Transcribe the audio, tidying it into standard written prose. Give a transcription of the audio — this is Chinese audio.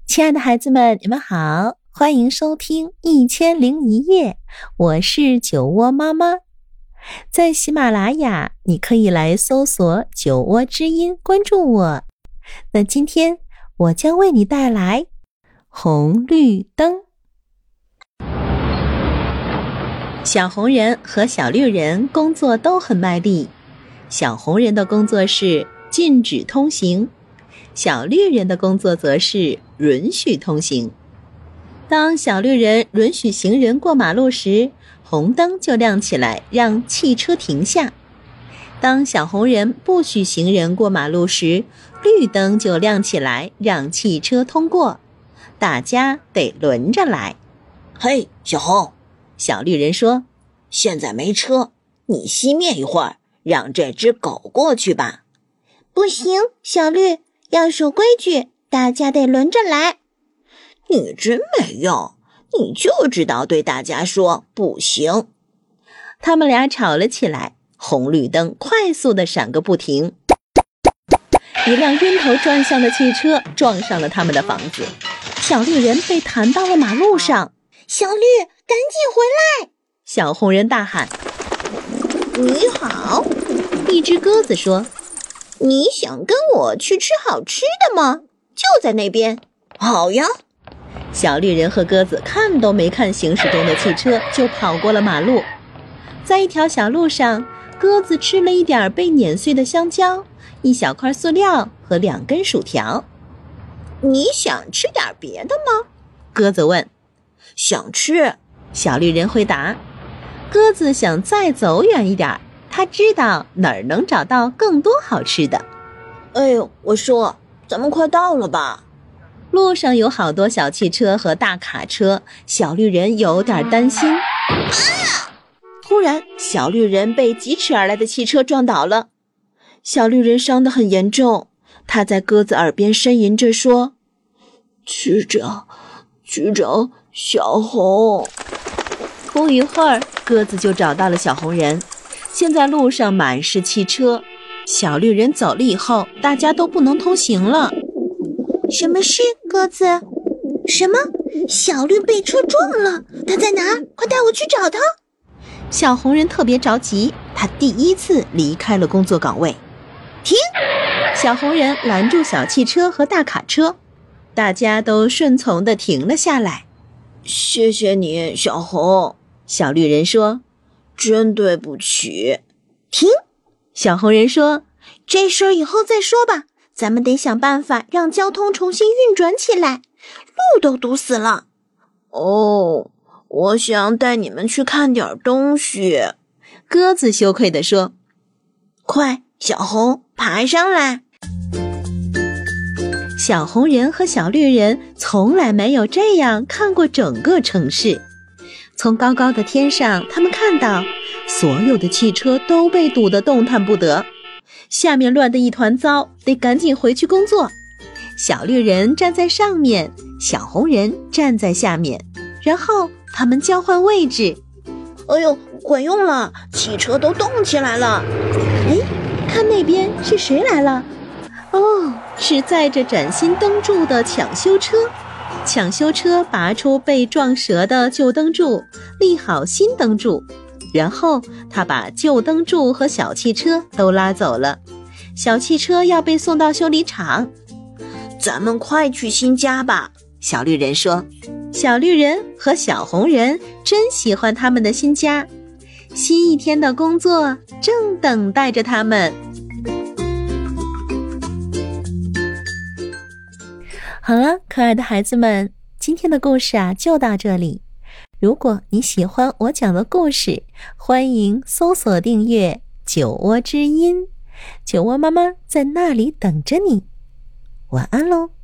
亲爱的孩子们，你们好，欢迎收听1001夜，我是酒窝妈妈。在喜马拉雅，你可以来搜索酒窝之音，关注我。那今天我将为你带来红绿灯。小红人和小绿人工作都很卖力。小红人的工作是禁止通行，小绿人的工作则是允许通行。当小绿人允许行人过马路时，红灯就亮起来，让汽车停下。当小红人不许行人过马路时，绿灯就亮起来，让汽车通过。大家得轮着来。 嘿，小红， 小绿人说， 现在没车，你熄灭一会儿，让这只狗过去吧。 不行，小绿，要守规矩，大家得轮着来。 你真没用，你就知道对大家说不行。 他们俩吵了起来，红绿灯快速地闪个不停。一辆晕头转向的汽车撞上了他们的房子，小绿人被弹到了马路上。 小绿，赶紧回来！ 小红人大喊。 你好， 一只鸽子说， 你想跟我去吃好吃的吗？就在那边。好呀。 小绿人和鸽子看都没看行驶中的汽车，就跑过了马路。在一条小路上，鸽子吃了一点被碾碎的香蕉，一小块塑料和2根薯条。 你想吃点别的吗？ 鸽子问。 想吃， 小绿人回答。鸽子想再走远一点，他知道哪儿能找到更多好吃的。 哎呦，我说，咱们快到了吧？ 路上有好多小汽车和大卡车，小绿人有点担心。突然，小绿人被疾驰而来的汽车撞倒了。小绿人伤得很严重，他在鸽子耳边呻吟着说： 局长，小红。 不一会儿，鸽子就找到了小红人。现在路上满是汽车，小绿人走了以后，大家都不能通行了。 什么事，鸽子？什么？小绿被车撞了，他在哪儿？快带我去找他！ 小红人特别着急，他第一次离开了工作岗位。 停！ 小红人拦住小汽车和大卡车，大家都顺从地停了下来。 谢谢你，小红。 小绿人说， 真对不起。 停！ 小红人说， 这事儿以后再说吧，咱们得想办法让交通重新运转起来，路都堵死了。 哦，我想带你们去看点东西。 鸽子羞愧地说。 快，小红，爬上来。 小红人和小绿人从来没有这样看过整个城市。从高高的天上，他们看到所有的汽车都被堵得动弹不得，下面乱得一团糟，得赶紧回去工作。小绿人站在上面，小红人站在下面，然后他们交换位置。 哎呦，管用了，汽车都动起来了。 哎，看那边是谁来了？哦，是载着崭新灯柱的抢修车。抢修车拔出被撞折的旧灯柱，立好新灯柱，然后他把旧灯柱和小汽车都拉走了。小汽车要被送到修理厂。 咱们快去新家吧，小绿人说。 小绿人和小红人真喜欢他们的新家，新一天的工作正等待着他们。好了，可爱的孩子们，今天的故事就到这里。如果你喜欢我讲的故事，欢迎搜索订阅酒窝之音，酒窝妈妈在那里等着你。晚安喽。